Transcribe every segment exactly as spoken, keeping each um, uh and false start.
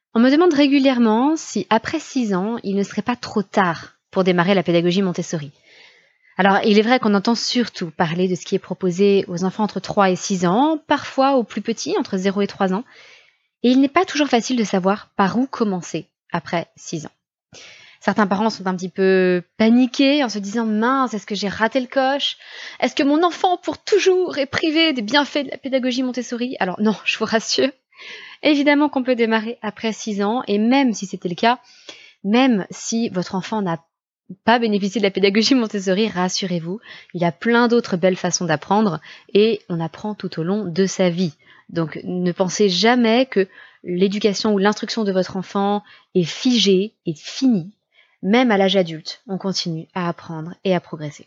On me demande régulièrement si, après six ans, il ne serait pas trop tard pour démarrer la pédagogie Montessori. Alors, il est vrai qu'on entend surtout parler de ce qui est proposé aux enfants entre trois et six ans, parfois aux plus petits, entre zéro et trois ans, et il n'est pas toujours facile de savoir par où commencer après six ans. Certains parents sont un petit peu paniqués en se disant « Mince, est-ce que j'ai raté le coche ? Est-ce que mon enfant pour toujours est privé des bienfaits de la pédagogie Montessori ?» Alors non, je vous rassure, évidemment qu'on peut démarrer après six ans, et même si c'était le cas, même si votre enfant n'a pas bénéficié de la pédagogie Montessori, rassurez-vous, il y a plein d'autres belles façons d'apprendre et on apprend tout au long de sa vie. Donc ne pensez jamais que l'éducation ou l'instruction de votre enfant est figée et finie. Même à l'âge adulte, on continue à apprendre et à progresser.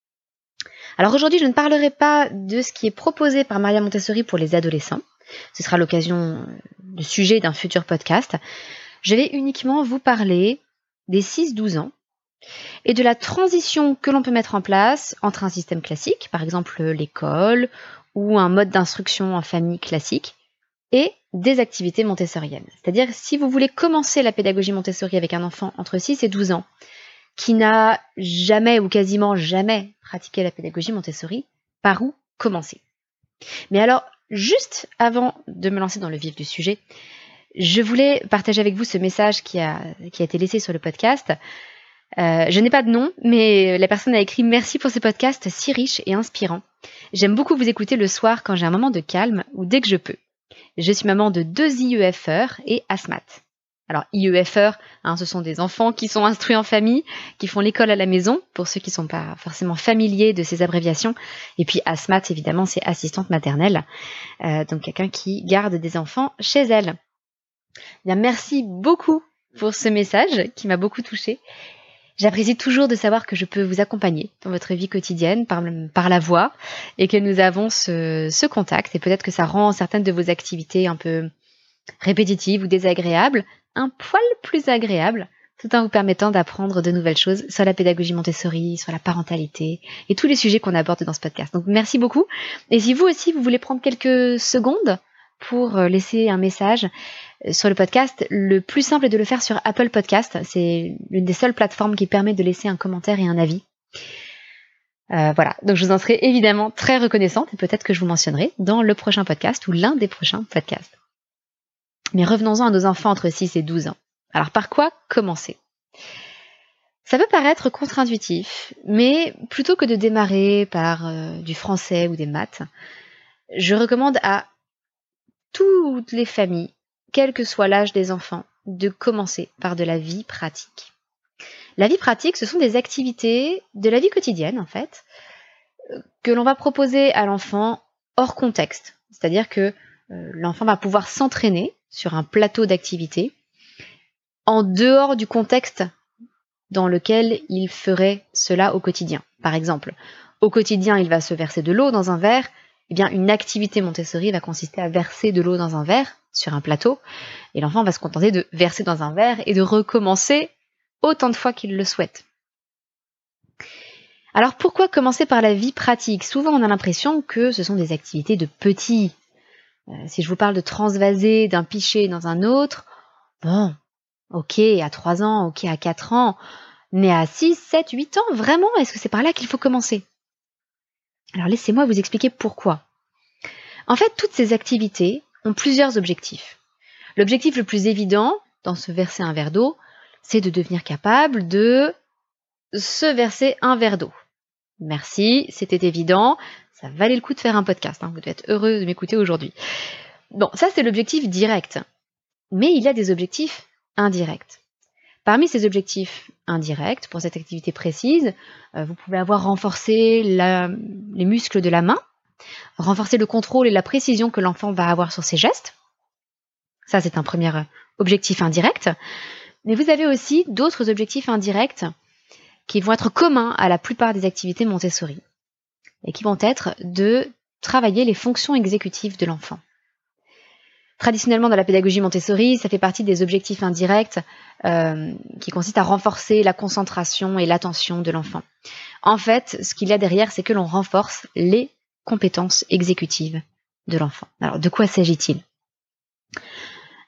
Alors aujourd'hui, je ne parlerai pas de ce qui est proposé par Maria Montessori pour les adolescents. Ce sera l'occasion, le sujet d'un futur podcast. Je vais uniquement vous parler des six douze ans et de la transition que l'on peut mettre en place entre un système classique, par exemple l'école ou un mode d'instruction en famille classique, et des activités montessoriennes. C'est-à-dire, si vous voulez commencer la pédagogie Montessori avec un enfant entre six et douze ans qui n'a jamais ou quasiment jamais pratiqué la pédagogie Montessori, par où commencer ? Mais alors, juste avant de me lancer dans le vif du sujet, je voulais partager avec vous ce message qui a, qui a été laissé sur le podcast. Euh, je n'ai pas de nom, mais la personne a écrit « Merci pour ce podcast si riche et inspirant. J'aime beaucoup vous écouter le soir quand j'ai un moment de calme ou dès que je peux. Je suis maman de deux I E F R et asthmate. » Alors, I E F R, hein, ce sont des enfants qui sont instruits en famille, qui font l'école à la maison, pour ceux qui ne sont pas forcément familiers de ces abréviations. Et puis, asthmate, évidemment, c'est assistante maternelle, euh, donc quelqu'un qui garde des enfants chez elle. Bien, merci beaucoup pour ce message qui m'a beaucoup touchée. J'apprécie toujours de savoir que je peux vous accompagner dans votre vie quotidienne par, par la voix et que nous avons ce, ce contact. Et peut-être que ça rend certaines de vos activités un peu répétitives ou désagréables un poil plus agréables, tout en vous permettant d'apprendre de nouvelles choses sur la pédagogie Montessori, sur la parentalité et tous les sujets qu'on aborde dans ce podcast. Donc merci beaucoup. Et si vous aussi, vous voulez prendre quelques secondes pour laisser un message sur le podcast, le plus simple est de le faire sur Apple Podcast. C'est l'une des seules plateformes qui permet de laisser un commentaire et un avis. Euh, voilà, donc je vous en serai évidemment très reconnaissante et peut-être que je vous mentionnerai dans le prochain podcast ou l'un des prochains podcasts. Mais revenons-en à nos enfants entre six et douze ans. Alors par quoi commencer ? Ça peut paraître contre-intuitif, mais plutôt que de démarrer par euh, du français ou des maths, je recommande à toutes les familles, quel que soit l'âge des enfants, de commencer par de la vie pratique. La vie pratique, ce sont des activités de la vie quotidienne, en fait, que l'on va proposer à l'enfant hors contexte. C'est-à-dire que euh, l'enfant va pouvoir s'entraîner sur un plateau d'activités en dehors du contexte dans lequel il ferait cela au quotidien. Par exemple, au quotidien, il va se verser de l'eau dans un verre. Eh bien, une activité Montessori va consister à verser de l'eau dans un verre sur un plateau, et l'enfant va se contenter de verser dans un verre et de recommencer autant de fois qu'il le souhaite. Alors pourquoi commencer par la vie pratique ? Souvent on a l'impression que ce sont des activités de petits. Euh, si je vous parle de transvaser d'un pichet dans un autre, bon, ok, à trois ans, ok, à quatre ans, mais à six, sept, huit ans, vraiment, est-ce que c'est par là qu'il faut commencer ? Alors laissez-moi vous expliquer pourquoi. En fait, toutes ces activités ont plusieurs objectifs. L'objectif le plus évident, dans se verser un verre d'eau, c'est de devenir capable de se verser un verre d'eau. Merci, c'était évident, ça valait le coup de faire un podcast, hein, vous devez être heureux de m'écouter aujourd'hui. Bon, ça c'est l'objectif direct, mais il y a des objectifs indirects. Parmi ces objectifs indirects, pour cette activité précise, euh, vous pouvez avoir renforcé la, les muscles de la main, renforcer le contrôle et la précision que l'enfant va avoir sur ses gestes. Ça, c'est un premier objectif indirect. Mais vous avez aussi d'autres objectifs indirects qui vont être communs à la plupart des activités Montessori et qui vont être de travailler les fonctions exécutives de l'enfant. Traditionnellement, dans la pédagogie Montessori, ça fait partie des objectifs indirects euh, qui consistent à renforcer la concentration et l'attention de l'enfant. En fait, ce qu'il y a derrière, c'est que l'on renforce les compétences exécutives de l'enfant. Alors, de quoi s'agit-il ?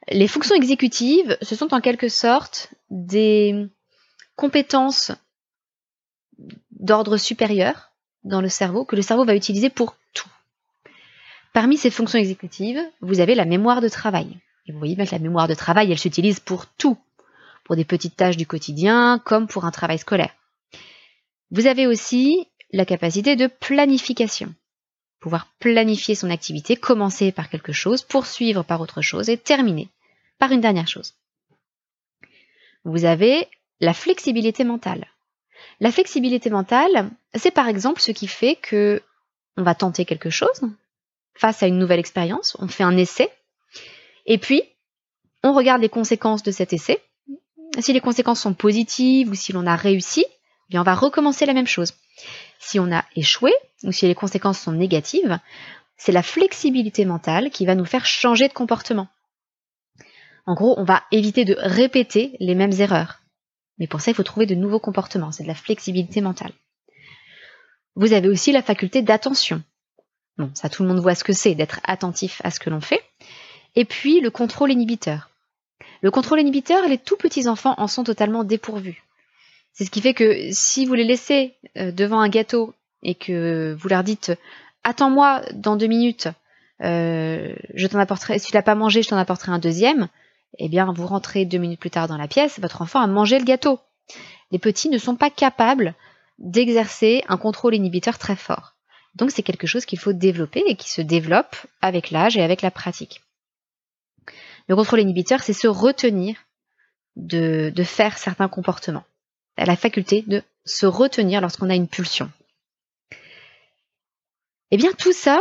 Les fonctions exécutives, ce sont en quelque sorte des compétences d'ordre supérieur dans le cerveau que le cerveau va utiliser pour tout. Parmi ces fonctions exécutives, vous avez la mémoire de travail. Et vous voyez bien que la mémoire de travail, elle s'utilise pour tout, pour des petites tâches du quotidien comme pour un travail scolaire. Vous avez aussi la capacité de planification. Pouvoir planifier son activité, commencer par quelque chose, poursuivre par autre chose et terminer par une dernière chose. Vous avez la flexibilité mentale. La flexibilité mentale, c'est par exemple ce qui fait que on va tenter quelque chose face à une nouvelle expérience, on fait un essai, et puis on regarde les conséquences de cet essai. Si les conséquences sont positives ou si l'on a réussi, eh bien on va recommencer la même chose. Si on a échoué ou si les conséquences sont négatives, c'est la flexibilité mentale qui va nous faire changer de comportement. En gros, on va éviter de répéter les mêmes erreurs. Mais pour ça, il faut trouver de nouveaux comportements. C'est de la flexibilité mentale. Vous avez aussi la faculté d'attention. Bon, ça, tout le monde voit ce que c'est, d'être attentif à ce que l'on fait. Et puis, le contrôle inhibiteur. Le contrôle inhibiteur, les tout petits enfants en sont totalement dépourvus. C'est ce qui fait que si vous les laissez devant un gâteau et que vous leur dites « Attends-moi dans deux minutes, euh, je t'en apporterai, si tu l'as pas mangé, je t'en apporterai un deuxième », eh bien, vous rentrez deux minutes plus tard dans la pièce, votre enfant a mangé le gâteau. Les petits ne sont pas capables d'exercer un contrôle inhibiteur très fort. Donc, c'est quelque chose qu'il faut développer et qui se développe avec l'âge et avec la pratique. Le contrôle inhibiteur, c'est se retenir de, de faire certains comportements. La faculté de se retenir lorsqu'on a une pulsion. Eh bien, tout ça,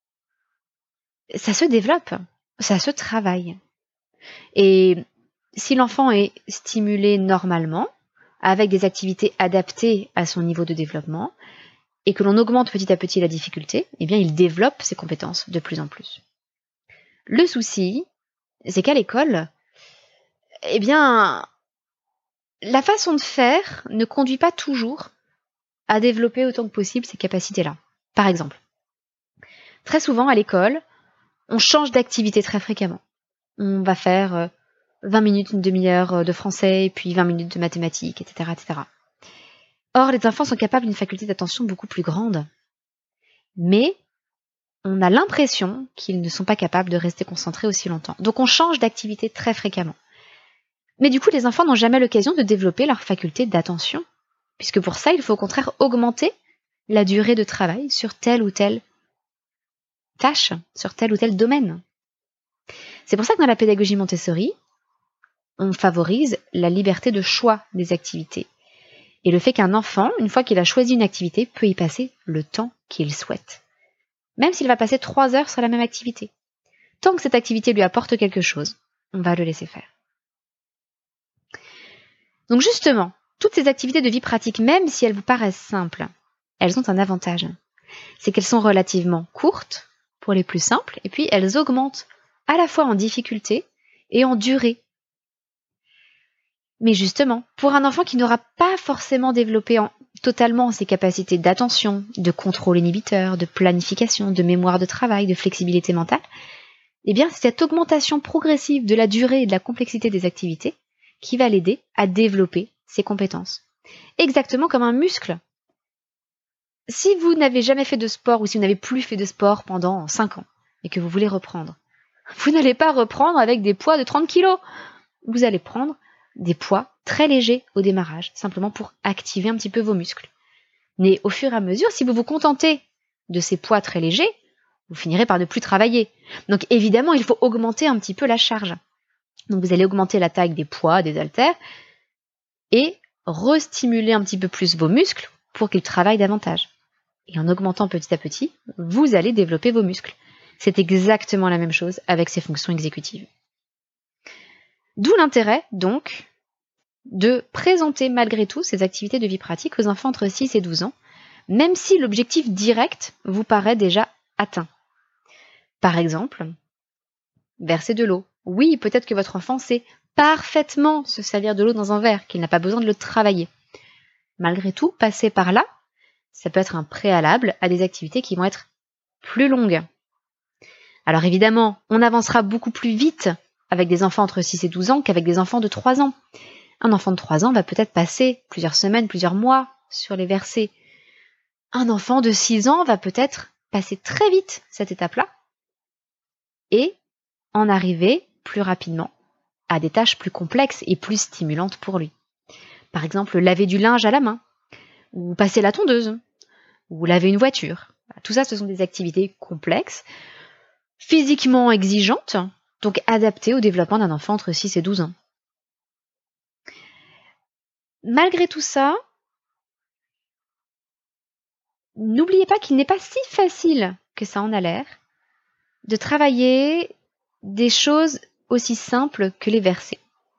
ça se développe, ça se travaille. Et si l'enfant est stimulé normalement, avec des activités adaptées à son niveau de développement, et que l'on augmente petit à petit la difficulté, eh bien, il développe ses compétences de plus en plus. Le souci, c'est qu'à l'école, eh bien, la façon de faire ne conduit pas toujours à développer autant que possible ces capacités-là. Par exemple, très souvent à l'école, on change d'activité très fréquemment. On va faire vingt minutes, une demi-heure de français, puis vingt minutes de mathématiques, et cetera, et cetera. Or, les enfants sont capables d'une faculté d'attention beaucoup plus grande. Mais on a l'impression qu'ils ne sont pas capables de rester concentrés aussi longtemps. Donc on change d'activité très fréquemment. Mais du coup, les enfants n'ont jamais l'occasion de développer leur faculté d'attention, puisque pour ça, il faut au contraire augmenter la durée de travail sur telle ou telle tâche, sur tel ou tel domaine. C'est pour ça que dans la pédagogie Montessori, on favorise la liberté de choix des activités. Et le fait qu'un enfant, une fois qu'il a choisi une activité, peut y passer le temps qu'il souhaite. Même s'il va passer trois heures sur la même activité. Tant que cette activité lui apporte quelque chose, on va le laisser faire. Donc justement, toutes ces activités de vie pratique, même si elles vous paraissent simples, elles ont un avantage. C'est qu'elles sont relativement courtes, pour les plus simples, et puis elles augmentent à la fois en difficulté et en durée. Mais justement, pour un enfant qui n'aura pas forcément développé en, totalement ses capacités d'attention, de contrôle inhibiteur, de planification, de mémoire de travail, de flexibilité mentale, eh bien c'est cette augmentation progressive de la durée et de la complexité des activités qui va l'aider à développer ses compétences. Exactement comme un muscle. Si vous n'avez jamais fait de sport ou si vous n'avez plus fait de sport pendant cinq ans et que vous voulez reprendre, vous n'allez pas reprendre avec des poids de trente kilos. Vous allez prendre des poids très légers au démarrage, simplement pour activer un petit peu vos muscles. Mais au fur et à mesure, si vous vous contentez de ces poids très légers, vous finirez par ne plus travailler. Donc évidemment, il faut augmenter un petit peu la charge. Donc vous allez augmenter la taille des poids, des haltères, et restimuler un petit peu plus vos muscles pour qu'ils travaillent davantage. Et en augmentant petit à petit, vous allez développer vos muscles. C'est exactement la même chose avec ces fonctions exécutives. D'où l'intérêt, donc, de présenter malgré tout ces activités de vie pratique aux enfants entre six et douze ans, même si l'objectif direct vous paraît déjà atteint. Par exemple, verser de l'eau. Oui, peut-être que votre enfant sait parfaitement se servir de l'eau dans un verre, qu'il n'a pas besoin de le travailler. Malgré tout, passer par là, ça peut être un préalable à des activités qui vont être plus longues. Alors évidemment, on avancera beaucoup plus vite avec des enfants entre six et douze ans qu'avec des enfants de trois ans. Un enfant de trois ans va peut-être passer plusieurs semaines, plusieurs mois sur les versets. Un enfant de six ans va peut-être passer très vite cette étape-là et en arriver plus rapidement à des tâches plus complexes et plus stimulantes pour lui. Par exemple, laver du linge à la main, ou passer la tondeuse, ou laver une voiture. Tout ça, ce sont des activités complexes, physiquement exigeantes, donc adaptées au développement d'un enfant entre six et douze ans. Malgré tout ça, n'oubliez pas qu'il n'est pas si facile que ça en a l'air de travailler des choses aussi simples que les versets.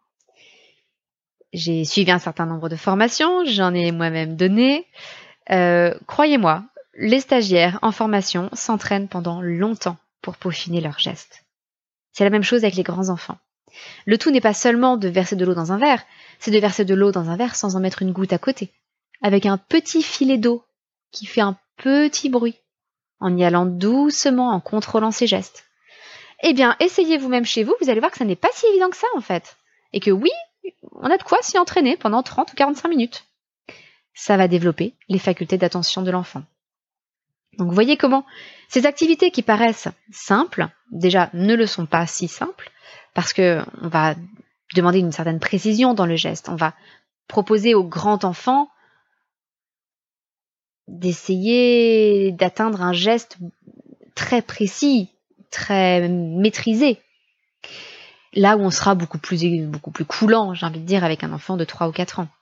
J'ai suivi un certain nombre de formations, j'en ai moi-même donné. Euh, croyez-moi, les stagiaires en formation s'entraînent pendant longtemps pour peaufiner leurs gestes. C'est la même chose avec les grands enfants. Le tout n'est pas seulement de verser de l'eau dans un verre, c'est de verser de l'eau dans un verre sans en mettre une goutte à côté, avec un petit filet d'eau qui fait un petit bruit, en y allant doucement, en contrôlant ses gestes. Eh bien, essayez vous-même chez vous, vous allez voir que ça n'est pas si évident que ça en fait. Et que oui, on a de quoi s'y entraîner pendant trente ou quarante-cinq minutes. Ça va développer les facultés d'attention de l'enfant. Donc vous voyez comment ces activités qui paraissent simples, déjà ne le sont pas si simples, parce que on va demander une certaine précision dans le geste. On va proposer au grand enfant d'essayer d'atteindre un geste très précis, très maîtrisé. Là où on sera beaucoup plus, beaucoup plus coulant, j'ai envie de dire, avec un enfant de trois ou quatre ans.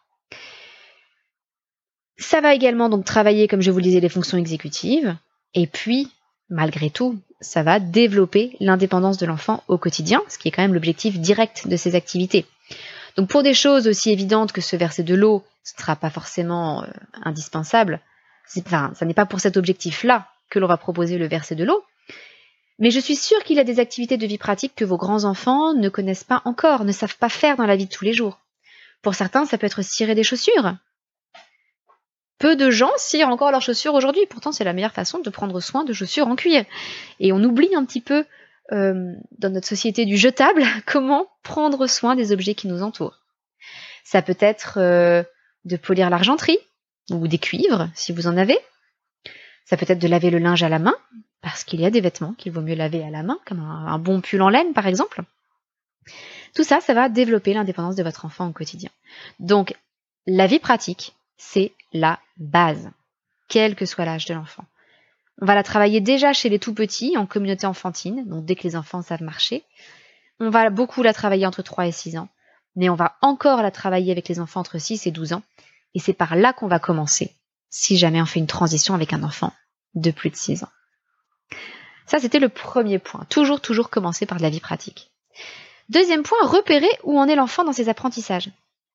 Ça va également donc travailler, comme je vous le disais, les fonctions exécutives. Et puis, malgré tout, ça va développer l'indépendance de l'enfant au quotidien, ce qui est quand même l'objectif direct de ces activités. Donc pour des choses aussi évidentes que se verser de l'eau, ce ne sera pas forcément euh, indispensable. C'est, enfin, ça n'est pas pour cet objectif-là que l'on va proposer le verser de l'eau. Mais je suis sûre qu'il y a des activités de vie pratique que vos grands-enfants ne connaissent pas encore, ne savent pas faire dans la vie de tous les jours. Pour certains, ça peut être cirer des chaussures. Peu de gens cirent encore leurs chaussures aujourd'hui, pourtant c'est la meilleure façon de prendre soin de chaussures en cuir. Et on oublie un petit peu, euh, dans notre société du jetable, comment prendre soin des objets qui nous entourent. Ça peut être euh, de polir l'argenterie, ou des cuivres, si vous en avez. Ça peut être de laver le linge à la main, parce qu'il y a des vêtements qu'il vaut mieux laver à la main, comme un, un bon pull en laine par exemple. Tout ça, ça va développer l'indépendance de votre enfant au quotidien. Donc, la vie pratique, c'est la base, quel que soit l'âge de l'enfant. On va la travailler déjà chez les tout-petits, en communauté enfantine, donc dès que les enfants savent marcher. On va beaucoup la travailler entre trois et six ans, mais on va encore la travailler avec les enfants entre six et douze ans, et c'est par là qu'on va commencer, si jamais on fait une transition avec un enfant de plus de six ans. Ça, c'était le premier point. Toujours, toujours commencer par de la vie pratique. Deuxième point, repérer où en est l'enfant dans ses apprentissages.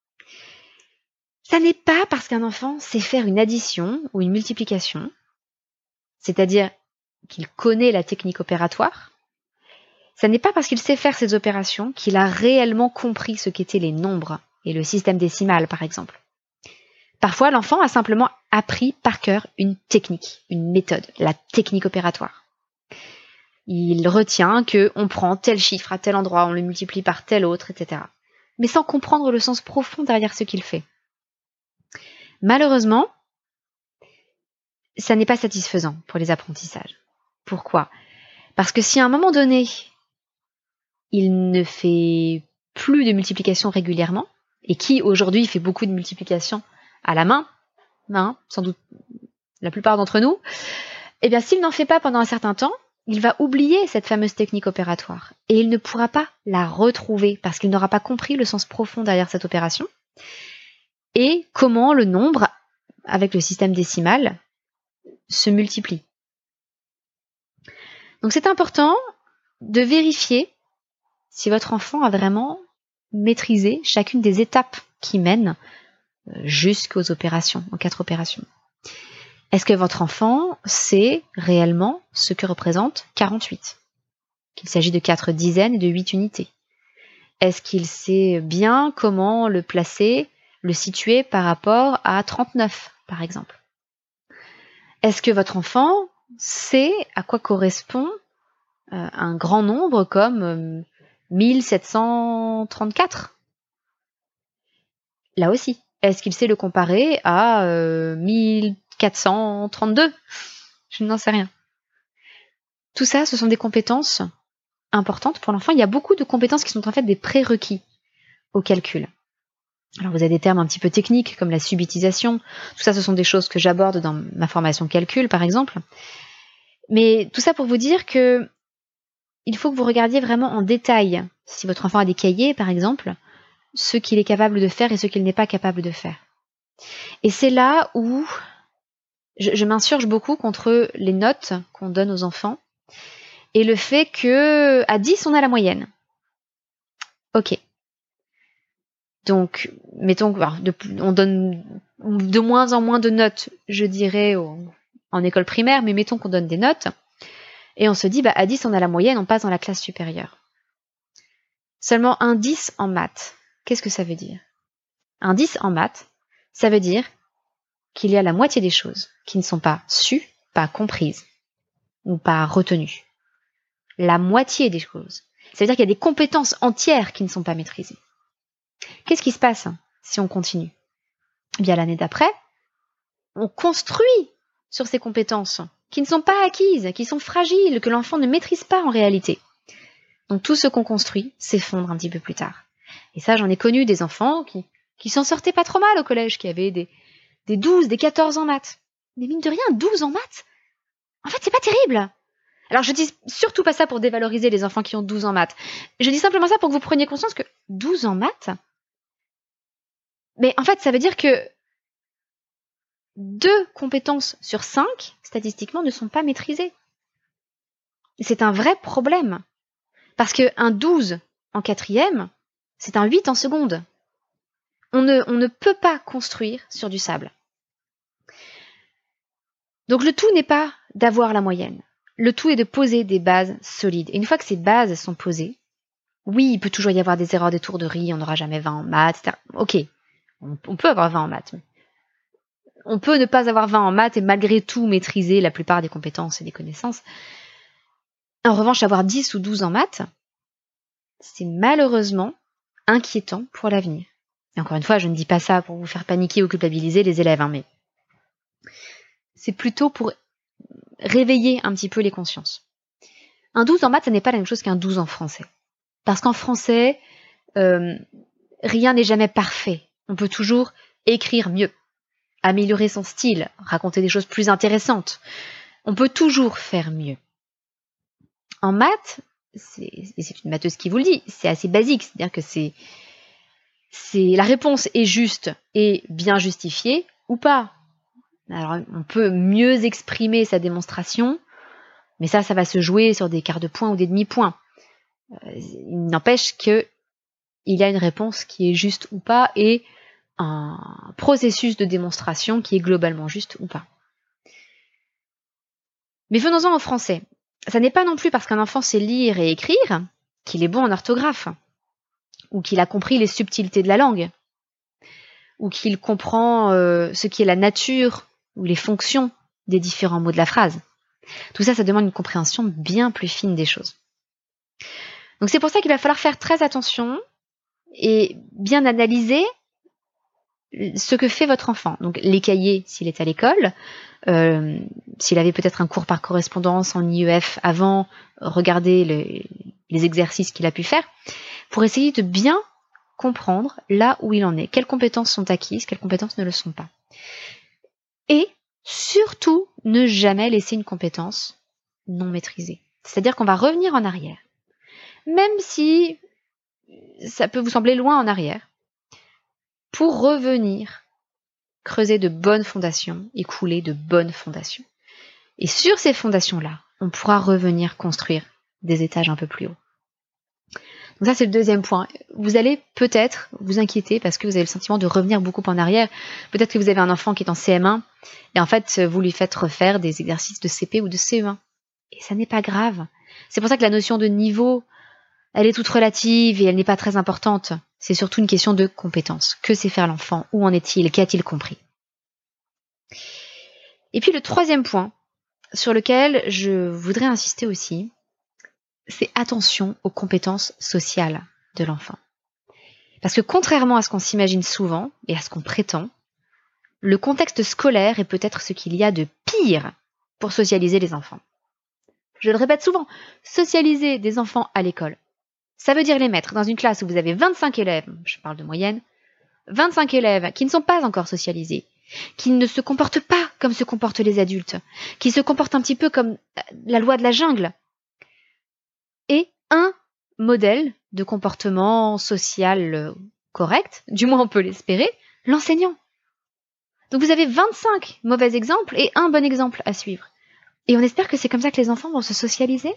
Ça n'est pas parce qu'un enfant sait faire une addition ou une multiplication, c'est-à-dire qu'il connaît la technique opératoire, ça n'est pas parce qu'il sait faire ces opérations qu'il a réellement compris ce qu'étaient les nombres et le système décimal, par exemple. Parfois, l'enfant a simplement appris par cœur une technique, une méthode, la technique opératoire. Il retient qu'on prend tel chiffre à tel endroit, on le multiplie par tel autre, et cetera. Mais sans comprendre le sens profond derrière ce qu'il fait. Malheureusement, ça n'est pas satisfaisant pour les apprentissages. Pourquoi ? Parce que si à un moment donné, il ne fait plus de multiplication régulièrement, et qui aujourd'hui fait beaucoup de multiplication à la main, hein, sans doute la plupart d'entre nous, eh bien s'il n'en fait pas pendant un certain temps, il va oublier cette fameuse technique opératoire, et il ne pourra pas la retrouver, parce qu'il n'aura pas compris le sens profond derrière cette opération, et comment le nombre, avec le système décimal, se multiplie. Donc c'est important de vérifier si votre enfant a vraiment maîtrisé chacune des étapes qui mènent jusqu'aux opérations, aux quatre opérations. Est-ce que votre enfant sait réellement ce que représente quarante-huit ? Qu'il s'agit de quatre dizaines et de huit unités. Est-ce qu'il sait bien comment le placer, le situer par rapport à trente-neuf, par exemple ? Est-ce que votre enfant sait à quoi correspond euh, un grand nombre comme euh, mille sept cent trente-quatre. Là aussi, est-ce qu'il sait le comparer à euh, mille quatre cent trente-deux? Je n'en sais rien. Tout ça, ce sont des compétences importantes pour l'enfant. Il y a beaucoup de compétences qui sont en fait des prérequis au calcul. Alors vous avez des termes un petit peu techniques comme la subitisation. Tout ça, ce sont des choses que j'aborde dans ma formation calcul, par exemple. Mais tout ça pour vous dire que il faut que vous regardiez vraiment en détail, si votre enfant a des cahiers, par exemple, ce qu'il est capable de faire et ce qu'il n'est pas capable de faire. Et c'est là où je, je m'insurge beaucoup contre les notes qu'on donne aux enfants et le fait que à dix, on a la moyenne. Ok. Donc, mettons alors, de, on donne de moins en moins de notes, je dirais, au, en école primaire, mais mettons qu'on donne des notes, et on se dit, bah, à dix, on a la moyenne, on passe dans la classe supérieure. Seulement un dix en maths, qu'est-ce que ça veut dire? Un dix en maths, ça veut dire qu'il y a la moitié des choses qui ne sont pas sues, pas comprises, ou pas retenues. La moitié des choses. Ça veut dire qu'il y a des compétences entières qui ne sont pas maîtrisées. Qu'est-ce qui se passe si on continue? Eh bien, l'année d'après, on construit sur ces compétences qui ne sont pas acquises, qui sont fragiles, que l'enfant ne maîtrise pas en réalité. Donc tout ce qu'on construit s'effondre un petit peu plus tard. Et ça, j'en ai connu des enfants qui, qui s'en sortaient pas trop mal au collège, qui avaient des, des douze, des quatorze en maths. Mais mine de rien, douze en maths, en fait, c'est pas terrible. Alors je dis surtout pas ça pour dévaloriser les enfants qui ont douze en maths. Je dis simplement ça pour que vous preniez conscience que douze en maths, mais en fait, ça veut dire que deux compétences sur cinq, statistiquement, ne sont pas maîtrisées. C'est un vrai problème. Parce qu'un douze en quatrième, c'est un huit en seconde. On ne, on ne peut pas construire sur du sable. Donc le tout n'est pas d'avoir la moyenne. Le tout est de poser des bases solides. Et une fois que ces bases sont posées, oui, il peut toujours y avoir des erreurs d'étourderie, on n'aura jamais vingt en maths, et cetera. Ok, on, on peut avoir vingt en maths. Mais on peut ne pas avoir vingt en maths et malgré tout maîtriser la plupart des compétences et des connaissances. En revanche, avoir dix ou douze en maths, c'est malheureusement inquiétant pour l'avenir. Et encore une fois, je ne dis pas ça pour vous faire paniquer ou culpabiliser les élèves, hein, mais c'est plutôt pour réveiller un petit peu les consciences. Un douze en maths, ça n'est pas la même chose qu'un douze en français. Parce qu'en français, euh, rien n'est jamais parfait. On peut toujours écrire mieux, améliorer son style, raconter des choses plus intéressantes. On peut toujours faire mieux. En maths, c'est, et c'est une matheuse qui vous le dit, c'est assez basique, c'est-à-dire que c'est, c'est la réponse est juste et bien justifiée ou pas. Alors on peut mieux exprimer sa démonstration, mais ça, ça va se jouer sur des quarts de points ou des demi-points. Euh, il n'empêche que il y a une réponse qui est juste ou pas et un processus de démonstration qui est globalement juste ou pas. Mais venons-en au français. Ça n'est pas non plus parce qu'un enfant sait lire et écrire qu'il est bon en orthographe, ou qu'il a compris les subtilités de la langue, ou qu'il comprend euh, ce qui est la nature ou les fonctions des différents mots de la phrase. Tout ça, ça demande une compréhension bien plus fine des choses. Donc c'est pour ça qu'il va falloir faire très attention et bien analyser ce que fait votre enfant. Donc les cahiers s'il est à l'école, euh, s'il avait peut-être un cours par correspondance en I E F avant, regarder le, les exercices qu'il a pu faire, pour essayer de bien comprendre là où il en est, quelles compétences sont acquises, quelles compétences ne le sont pas. Et surtout, ne jamais laisser une compétence non maîtrisée. C'est-à-dire qu'on va revenir en arrière. Même si ça peut vous sembler loin en arrière, pour revenir creuser de bonnes fondations et couler de bonnes fondations. Et sur ces fondations-là, on pourra revenir construire des étages un peu plus hauts. Donc ça, c'est le deuxième point. Vous allez peut-être vous inquiéter parce que vous avez le sentiment de revenir beaucoup en arrière. Peut-être que vous avez un enfant qui est en C M un et en fait, vous lui faites refaire des exercices de C P ou de C E un. Et ça n'est pas grave. C'est pour ça que la notion de niveau, elle est toute relative et elle n'est pas très importante. C'est surtout une question de compétence. Que sait faire l'enfant? Où en est-il? Qu'a-t-il compris? Et puis le troisième point sur lequel je voudrais insister aussi, c'est attention aux compétences sociales de l'enfant. Parce que contrairement à ce qu'on s'imagine souvent et à ce qu'on prétend, le contexte scolaire est peut-être ce qu'il y a de pire pour socialiser les enfants. Je le répète souvent, socialiser des enfants à l'école, ça veut dire les mettre dans une classe où vous avez vingt-cinq élèves, je parle de moyenne, vingt-cinq élèves qui ne sont pas encore socialisés, qui ne se comportent pas comme se comportent les adultes, qui se comportent un petit peu comme la loi de la jungle, et un modèle de comportement social correct, du moins on peut l'espérer, l'enseignant. Donc vous avez vingt-cinq mauvais exemples et un bon exemple à suivre. Et on espère que c'est comme ça que les enfants vont se socialiser?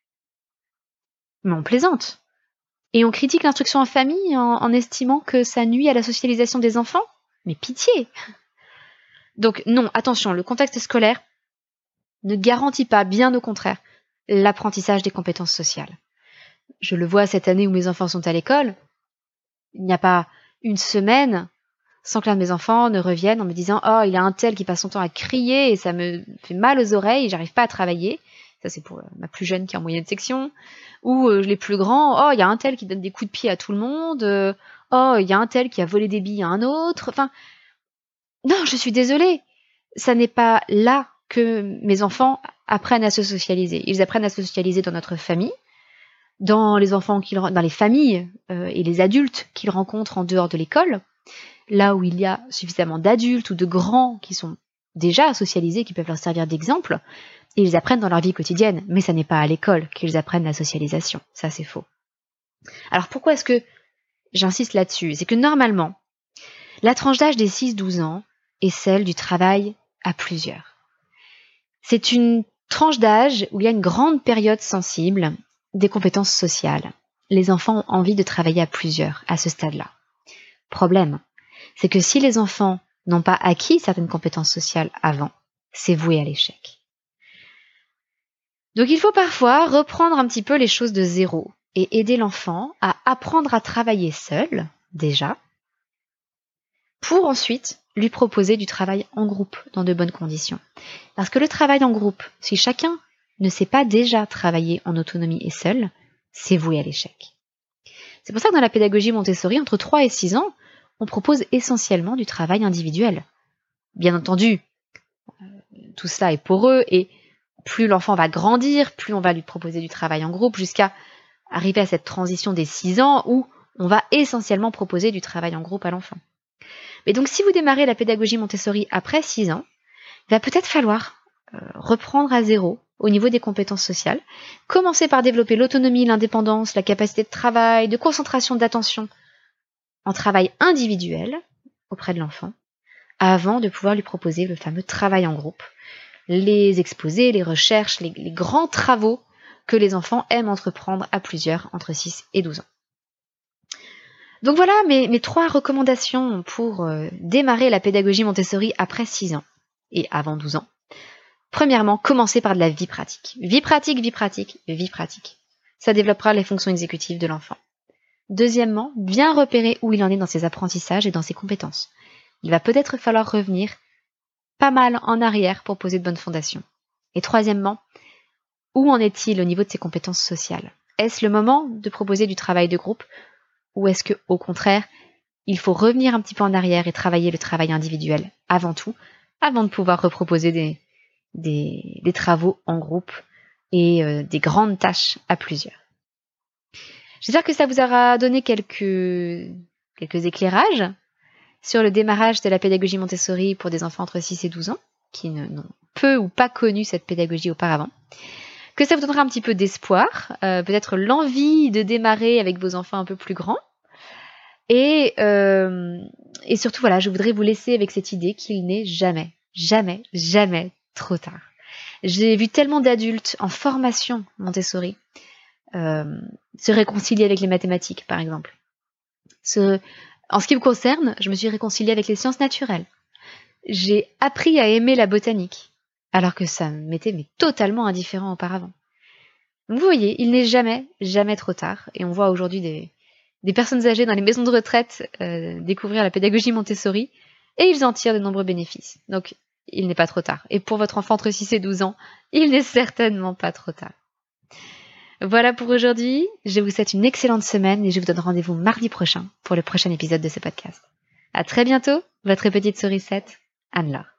Mais on plaisante. Et on critique l'instruction en famille en, en estimant que ça nuit à la socialisation des enfants? Mais pitié! Donc non, attention, le contexte scolaire ne garantit pas, bien au contraire, l'apprentissage des compétences sociales. Je le vois cette année où mes enfants sont à l'école. Il n'y a pas une semaine sans que l'un de mes enfants ne revienne en me disant « Oh, il y a un tel qui passe son temps à crier et ça me fait mal aux oreilles et j'arrive pas à travailler. » Ça, c'est pour ma plus jeune qui est en moyenne section. Ou euh, les plus grands « Oh, il y a un tel qui donne des coups de pied à tout le monde. Euh, oh, il y a un tel qui a volé des billes à un autre. » Enfin, non, je suis désolée. Ça n'est pas là que mes enfants apprennent à se socialiser. Ils apprennent à se socialiser dans notre famille, dans les enfants qu'ils, dans les familles euh, et les adultes qu'ils rencontrent en dehors de l'école, là où il y a suffisamment d'adultes ou de grands qui sont déjà socialisés, qui peuvent leur servir d'exemple, et ils apprennent dans leur vie quotidienne. Mais ça n'est pas à l'école qu'ils apprennent la socialisation. Ça, c'est faux. Alors pourquoi est-ce que j'insiste là-dessus? C'est que normalement, la tranche d'âge des six douze ans est celle du travail à plusieurs. C'est une tranche d'âge où il y a une grande période sensible des compétences sociales. Les enfants ont envie de travailler à plusieurs à ce stade-là. Problème, c'est que si les enfants n'ont pas acquis certaines compétences sociales avant, c'est voué à l'échec. Donc il faut parfois reprendre un petit peu les choses de zéro et aider l'enfant à apprendre à travailler seul, déjà, pour ensuite lui proposer du travail en groupe dans de bonnes conditions. Parce que le travail en groupe, si chacun ne sait pas déjà travailler en autonomie et seul, c'est voué à l'échec. C'est pour ça que dans la pédagogie Montessori, entre trois et six ans, on propose essentiellement du travail individuel. Bien entendu, tout cela est poreux et plus l'enfant va grandir, plus on va lui proposer du travail en groupe jusqu'à arriver à cette transition des six ans où on va essentiellement proposer du travail en groupe à l'enfant. Mais donc si vous démarrez la pédagogie Montessori après six ans, il va peut-être falloir euh, reprendre à zéro au niveau des compétences sociales, commencer par développer l'autonomie, l'indépendance, la capacité de travail, de concentration, d'attention en travail individuel auprès de l'enfant, avant de pouvoir lui proposer le fameux travail en groupe, les exposés, les recherches, les, les grands travaux que les enfants aiment entreprendre à plusieurs entre six et douze ans. Donc voilà mes, mes trois recommandations pour euh, démarrer la pédagogie Montessori après six ans et avant douze ans. Premièrement, commencer par de la vie pratique. Vie pratique, vie pratique, vie pratique. Ça développera les fonctions exécutives de l'enfant. Deuxièmement, bien repérer où il en est dans ses apprentissages et dans ses compétences. Il va peut-être falloir revenir pas mal en arrière pour poser de bonnes fondations. Et troisièmement, où en est-il au niveau de ses compétences sociales? Est-ce le moment de proposer du travail de groupe ou est-ce que, au contraire, il faut revenir un petit peu en arrière et travailler le travail individuel avant tout, avant de pouvoir reproposer des, des, des travaux en groupe et euh, des grandes tâches à plusieurs? J'espère que ça vous aura donné quelques, quelques éclairages sur le démarrage de la pédagogie Montessori pour des enfants entre six et douze ans, qui n'ont peu ou pas connu cette pédagogie auparavant. Que ça vous donnera un petit peu d'espoir, euh, peut-être l'envie de démarrer avec vos enfants un peu plus grands. Et, euh, et surtout, voilà, je voudrais vous laisser avec cette idée qu'il n'est jamais, jamais, jamais trop tard. J'ai vu tellement d'adultes en formation Montessori euh, se réconcilier avec les mathématiques, par exemple. Se, en ce qui me concerne, je me suis réconciliée avec les sciences naturelles. J'ai appris à aimer la botanique, alors que ça m'était mais totalement indifférent auparavant. Donc vous voyez, il n'est jamais, jamais trop tard. Et on voit aujourd'hui des, des personnes âgées dans les maisons de retraite euh, découvrir la pédagogie Montessori, et ils en tirent de nombreux bénéfices. Donc, il n'est pas trop tard. Et pour votre enfant entre six et douze ans, il n'est certainement pas trop tard. Voilà pour aujourd'hui. Je vous souhaite une excellente semaine et je vous donne rendez-vous mardi prochain pour le prochain épisode de ce podcast. À très bientôt, votre petite sourisette, Anne-Laure.